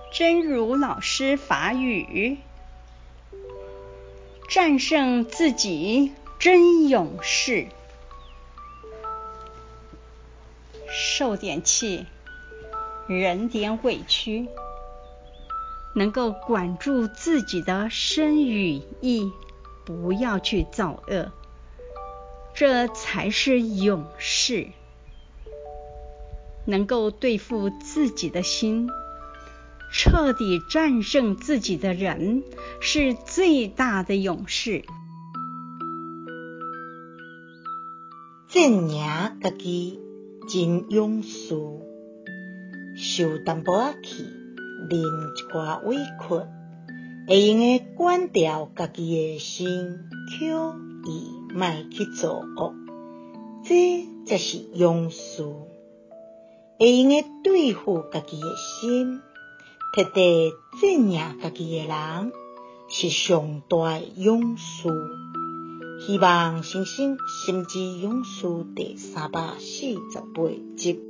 真如老师法语，战胜自己真勇士。受点气，忍点委屈，能够管住自己的身语意，不要去造恶，这才是勇士。能够对付自己的心，彻底战胜自己的人，是最大的勇士。 证明家己真勇士，受淡薄仔气，忍一寡委屈，会用的管住家己的心口意，莫去作恶，这才是勇士。会用的对付家己的心，彻底镇赢家己的人，是上大的勇士。希望新生心之勇士第348集。